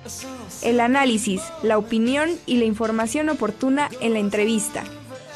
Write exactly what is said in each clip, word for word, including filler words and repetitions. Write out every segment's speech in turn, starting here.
El análisis, la opinión y la información oportuna en la entrevista.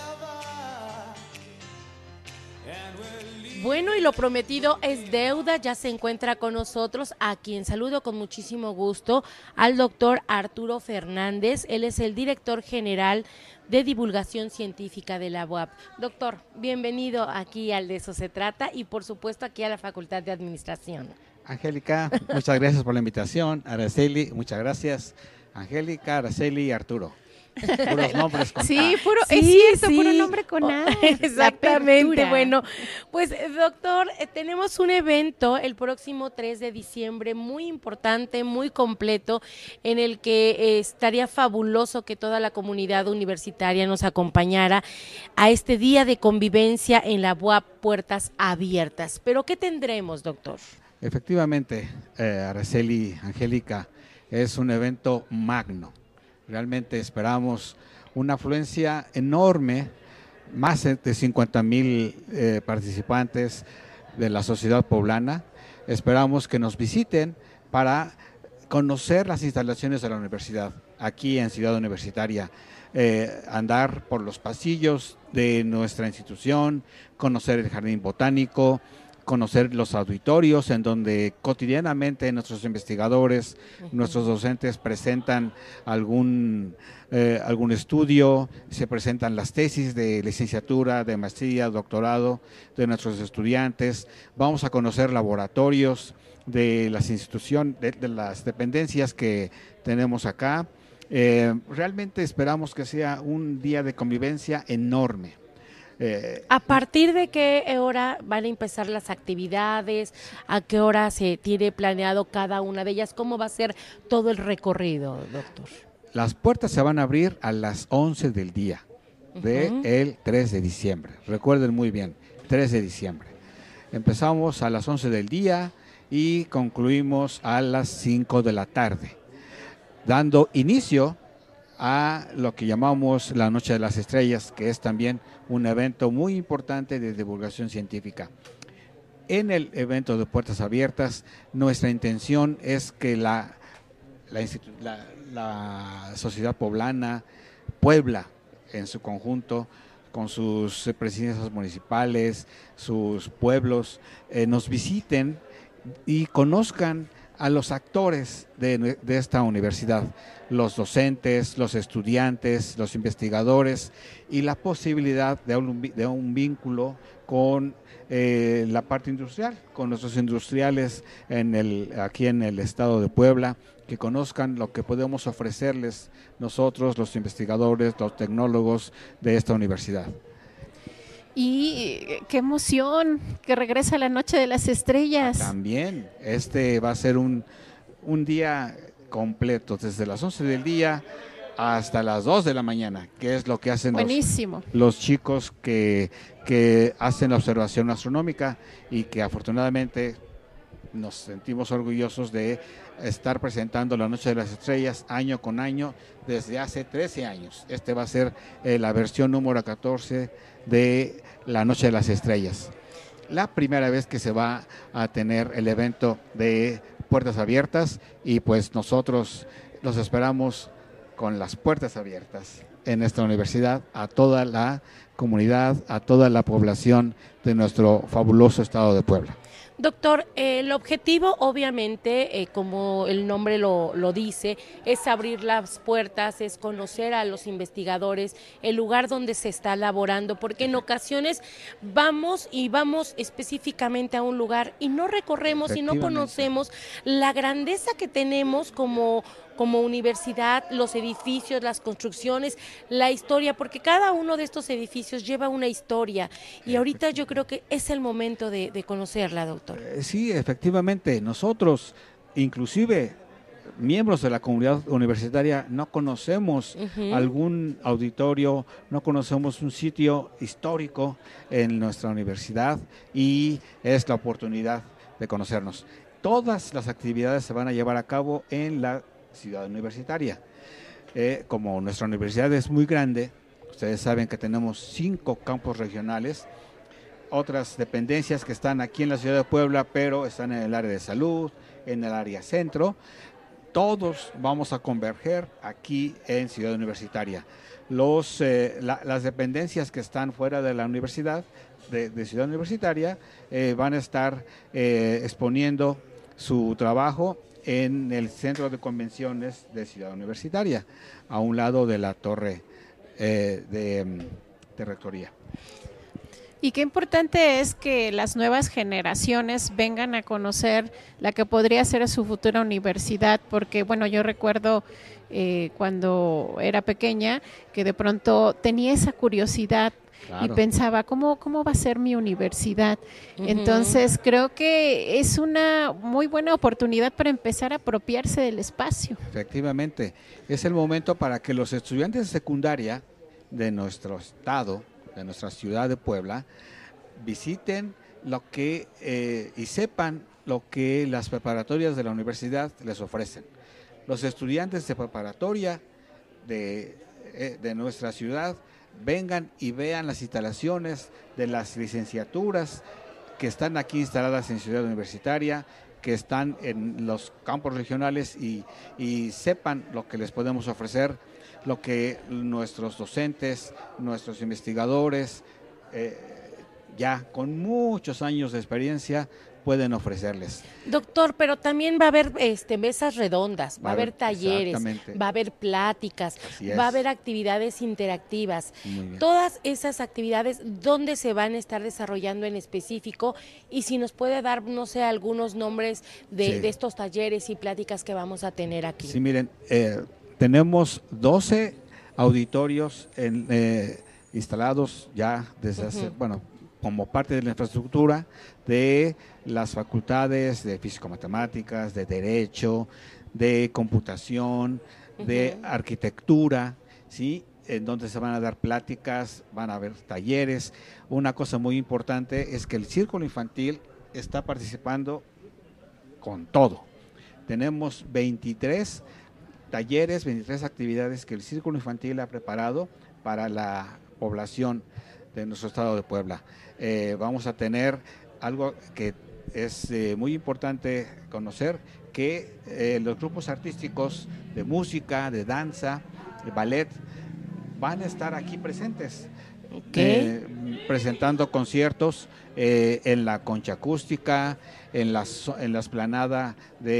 Bueno, y lo prometido es deuda. Ya se encuentra con nosotros, a quien saludo con muchísimo gusto, al doctor Arturo Fernández. Él es el director general de divulgación científica de la U A P. Doctor, bienvenido aquí al De Eso Se Trata y por supuesto aquí a la Facultad de Administración. Angélica, muchas gracias por la invitación. Araceli, muchas gracias. Angélica, Araceli y Arturo. Puros nombres con Sí, A. puro, Sí, es cierto, sí. puro nombre con Oh, A. exactamente. Bueno, pues doctor, eh, tenemos un evento el próximo tres de diciembre muy importante, muy completo, en el que eh, estaría fabuloso que toda la comunidad universitaria nos acompañara a este día de convivencia en la U A P Puertas Abiertas. ¿Pero qué tendremos, doctor? Efectivamente, eh, Araceli, Angélica, es un evento magno. Realmente esperamos una afluencia enorme, más de cincuenta mil eh, participantes de la sociedad poblana. Esperamos que nos visiten para conocer las instalaciones de la universidad, aquí en Ciudad Universitaria, eh, andar por los pasillos de nuestra institución, conocer el jardín botánico, conocer los auditorios en donde cotidianamente nuestros investigadores, uh-huh. nuestros docentes presentan algún, eh, algún estudio, se presentan las tesis de licenciatura, de maestría, doctorado de nuestros estudiantes. Vamos a conocer laboratorios de las instituciones, de, de las dependencias que tenemos acá. Eh, realmente esperamos que sea un día de convivencia enorme. Eh, ¿A partir de qué hora van a empezar las actividades? ¿A qué hora se tiene planeado cada una de ellas? ¿Cómo va a ser todo el recorrido, doctor? Las puertas se van a abrir a las once del día del uh-huh. tres de diciembre. Recuerden muy bien, tres de diciembre. Empezamos a las once del día y concluimos a las cinco de la tarde, dando inicio a lo que llamamos la Noche de las Estrellas, que es también un evento muy importante de divulgación científica. En el evento de Puertas Abiertas, nuestra intención es que la, la, la, la sociedad poblana, Puebla en su conjunto, con sus presidencias municipales, sus pueblos, eh, nos visiten y conozcan a los actores de, de esta universidad, los docentes, los estudiantes, los investigadores y la posibilidad de un, de un vínculo con eh, la parte industrial, con nuestros industriales en el, aquí en el estado de Puebla, que conozcan lo que podemos ofrecerles nosotros, los investigadores, los tecnólogos de esta universidad. Y qué emoción que regresa la Noche de las Estrellas. También, este va a ser un, un día completo, desde las once del día hasta las dos de la mañana, que es lo que hacen Buenísimo. los, los chicos que, que hacen la observación astronómica y que afortunadamente nos sentimos orgullosos de estar presentando la Noche de las Estrellas año con año desde hace trece años. Este va a ser eh, la versión número catorce de la Noche de las Estrellas. La primera vez que se va a tener el evento de Puertas Abiertas y pues nosotros los esperamos con las puertas abiertas en esta universidad a toda la comunidad, a toda la población de nuestro fabuloso estado de Puebla. Doctor, eh, el objetivo obviamente, eh, como el nombre lo, lo dice, es abrir las puertas, es conocer a los investigadores, el lugar donde se está laborando, porque en ocasiones vamos y vamos específicamente a un lugar y no recorremos y no conocemos la grandeza que tenemos como como universidad, los edificios, las construcciones, la historia, porque cada uno de estos edificios lleva una historia y ahorita yo creo que es el momento de, de conocerla, doctor. Eh, sí, efectivamente, nosotros, inclusive miembros de la comunidad universitaria, no conocemos uh-huh. algún auditorio, no conocemos un sitio histórico en nuestra universidad y es la oportunidad de conocernos. Todas las actividades se van a llevar a cabo en la ciudad universitaria. Eh, como nuestra universidad es muy grande, ustedes saben que tenemos cinco campus regionales, otras dependencias que están aquí en la ciudad de Puebla, pero están en el área de salud, en el área centro. todos vamos a converger aquí en Ciudad Universitaria. Los, eh, la, las dependencias que están fuera de la universidad, de, de Ciudad Universitaria, eh, van a estar eh, exponiendo su trabajo en el Centro de Convenciones de Ciudad Universitaria, a un lado de la torre eh, de, de rectoría. Y qué importante es que las nuevas generaciones vengan a conocer la que podría ser su futura universidad, porque bueno, yo recuerdo eh, cuando era pequeña que de pronto tenía esa curiosidad. Claro. Y pensaba, ¿cómo, ¿cómo va a ser mi universidad? Uh-huh. Entonces, creo que es una muy buena oportunidad para empezar a apropiarse del espacio. Efectivamente, es el momento para que los estudiantes de secundaria de nuestro estado, de nuestra ciudad de Puebla, visiten lo que eh, y sepan lo que las preparatorias de la universidad les ofrecen. Los estudiantes de preparatoria de, eh, de nuestra ciudad vengan y vean las instalaciones de las licenciaturas que están aquí instaladas en Ciudad Universitaria, que están en los campos regionales y, y sepan lo que les podemos ofrecer, lo que nuestros docentes, nuestros investigadores, eh, ya con muchos años de experiencia, pueden ofrecerles. Doctor, pero también va a haber este, mesas redondas, va, va a haber talleres, va a haber pláticas, va a haber actividades interactivas. Todas esas actividades, ¿dónde se van a estar desarrollando en específico? Y si nos puede dar, no sé, algunos nombres de, sí. de estos talleres y pláticas que vamos a tener aquí. Sí, miren, eh, tenemos doce auditorios en, eh, instalados ya desde uh-huh. hace, bueno, como parte de la infraestructura de las facultades de físico-matemáticas, de derecho, de computación, uh-huh. de arquitectura, ¿sí? En donde se van a dar pláticas, van a haber talleres. Una cosa muy importante es que el Círculo Infantil está participando con todo. Tenemos veintitrés talleres, veintitrés actividades que el Círculo Infantil ha preparado para la población de nuestro estado de Puebla. Eh, vamos a tener algo que es eh, muy importante conocer, que eh, los grupos artísticos de música, de danza, de ballet, van a estar aquí presentes, okay. eh, presentando conciertos eh, en la concha acústica, en la, en la esplanada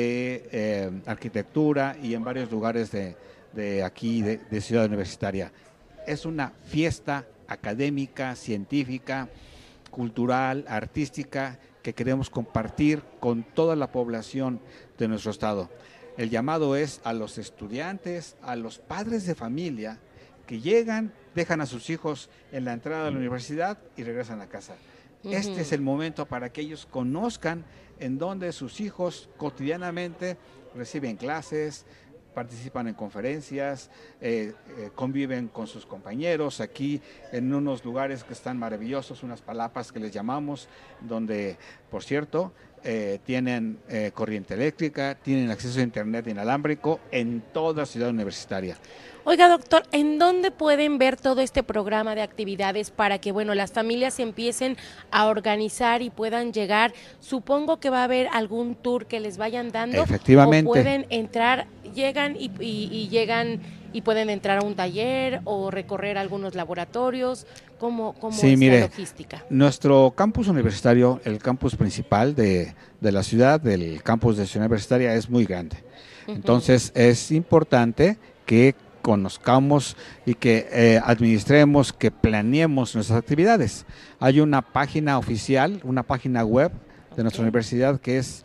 de eh, arquitectura y en varios lugares de, de aquí, de, de Ciudad Universitaria. Es una fiesta académica, científica, cultural, artística, que queremos compartir con toda la población de nuestro estado. El llamado es a los estudiantes, a los padres de familia que llegan, dejan a sus hijos en la entrada de la universidad y regresan a casa. Uh-huh. Este es el momento para que ellos conozcan en dónde sus hijos cotidianamente reciben clases, participan en conferencias, eh, eh, conviven con sus compañeros aquí en unos lugares que están maravillosos, unas palapas que les llamamos, donde, por cierto, eh, tienen eh, corriente eléctrica, tienen acceso a internet inalámbrico en toda Ciudad Universitaria. Oiga, doctor, ¿en dónde pueden ver todo este programa de actividades para que, bueno, las familias empiecen a organizar y puedan llegar? Supongo que va a haber algún tour que les vayan dando. Efectivamente. O pueden entrar, llegan y, y, y llegan y pueden entrar a un taller o recorrer algunos laboratorios. ¿Cómo, cómo sí, es mire, la logística? Nuestro campus universitario, el campus principal de, de la ciudad, del campus de Ciudad Universitaria, es muy grande. Uh-huh. Entonces, es importante que conozcamos y que eh, administremos, que planeemos nuestras actividades. Hay una página oficial, una página web de okay. nuestra universidad que es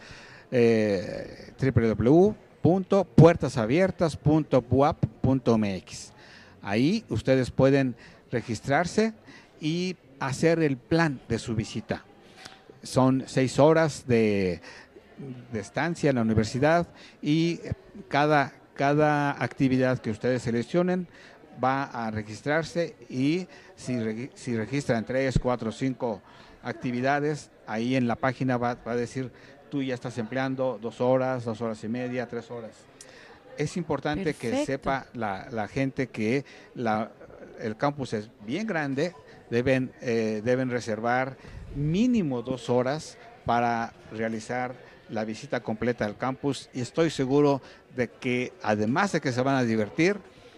eh, doble u doble u doble u punto puertas abiertas punto p u a p punto m x. Ahí ustedes pueden registrarse y hacer el plan de su visita. Son seis horas de, de estancia en la universidad y cada Cada actividad que ustedes seleccionen va a registrarse y si, si registran tres, cuatro, cinco actividades, ahí en la página va, va a decir, tú ya estás empleando dos horas, dos horas y media, tres horas. Es importante Perfecto. que sepa la, la gente que la, el campus es bien grande, deben, eh, deben reservar mínimo dos horas para realizar la visita completa al campus y estoy seguro de que además de que se van a divertir,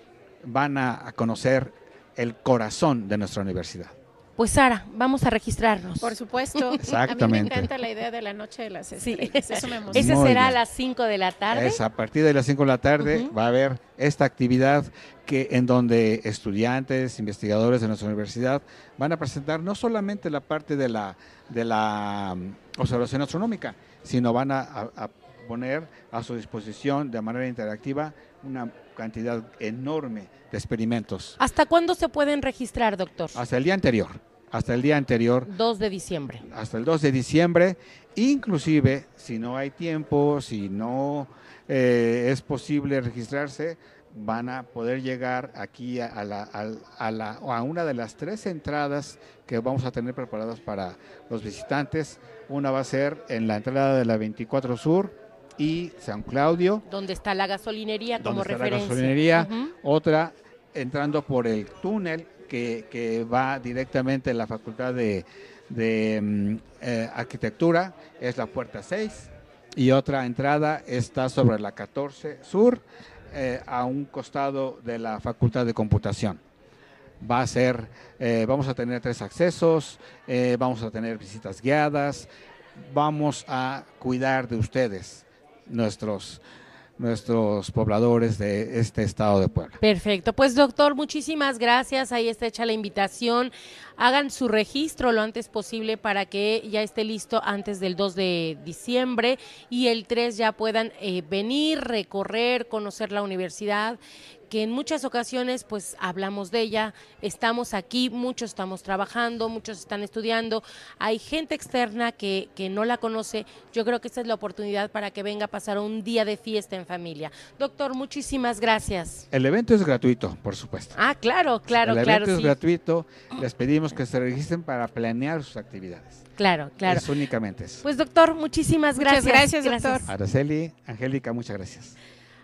van a, a conocer el corazón de nuestra universidad. Pues Sara, vamos a registrarnos. Por supuesto. Exactamente. A mí me encanta la idea de la Noche de las Estrellas. Sí. Eso me emociona. Ese Muy será bien. a las cinco de la tarde. Es a partir de las cinco de la tarde Uh-huh. va a haber esta actividad que en donde estudiantes, investigadores de nuestra universidad van a presentar no solamente la parte de la, de la um, observación astronómica, sino van a, a, a poner a su disposición de manera interactiva una cantidad enorme de experimentos. ¿Hasta cuándo se pueden registrar, doctor? Hasta el día anterior, hasta el día anterior, dos de diciembre. hasta el dos de diciembre, inclusive si no hay tiempo, si no eh, es posible registrarse, van a poder llegar aquí a, a, la, a, a, la, a una de las tres entradas que vamos a tener preparadas para los visitantes. Una va a ser en la entrada de la veinticuatro Sur y San Claudio, Donde está la gasolinería como donde está la referencia. gasolinería. Ujú. Otra entrando por el túnel que, que va directamente a la Facultad de, de mm, eh, Arquitectura, es la puerta seis, y otra entrada está sobre la catorce Sur, eh, a un costado de la Facultad de Computación. Va a ser, eh, vamos a tener tres accesos, eh, vamos a tener visitas guiadas, vamos a cuidar de ustedes, nuestros nuestros pobladores de este estado de Puebla. Perfecto, pues doctor, muchísimas gracias, ahí está hecha la invitación, hagan su registro lo antes posible para que ya esté listo antes del dos de diciembre y el tres ya puedan eh, venir, recorrer, conocer la universidad, que en muchas ocasiones pues hablamos de ella, estamos aquí, muchos estamos trabajando, muchos están estudiando, hay gente externa que, que no la conoce, yo creo que esta es la oportunidad para que venga a pasar un día de fiesta en familia. Doctor, muchísimas gracias. El evento es gratuito, por supuesto. Ah, claro, claro, El claro, evento es sí. gratuito, les pedimos que se registren para planear sus actividades. Claro, claro. Es únicamente eso. Pues doctor, muchísimas Muchas gracias. gracias, doctor. Araceli, Angélica, muchas gracias.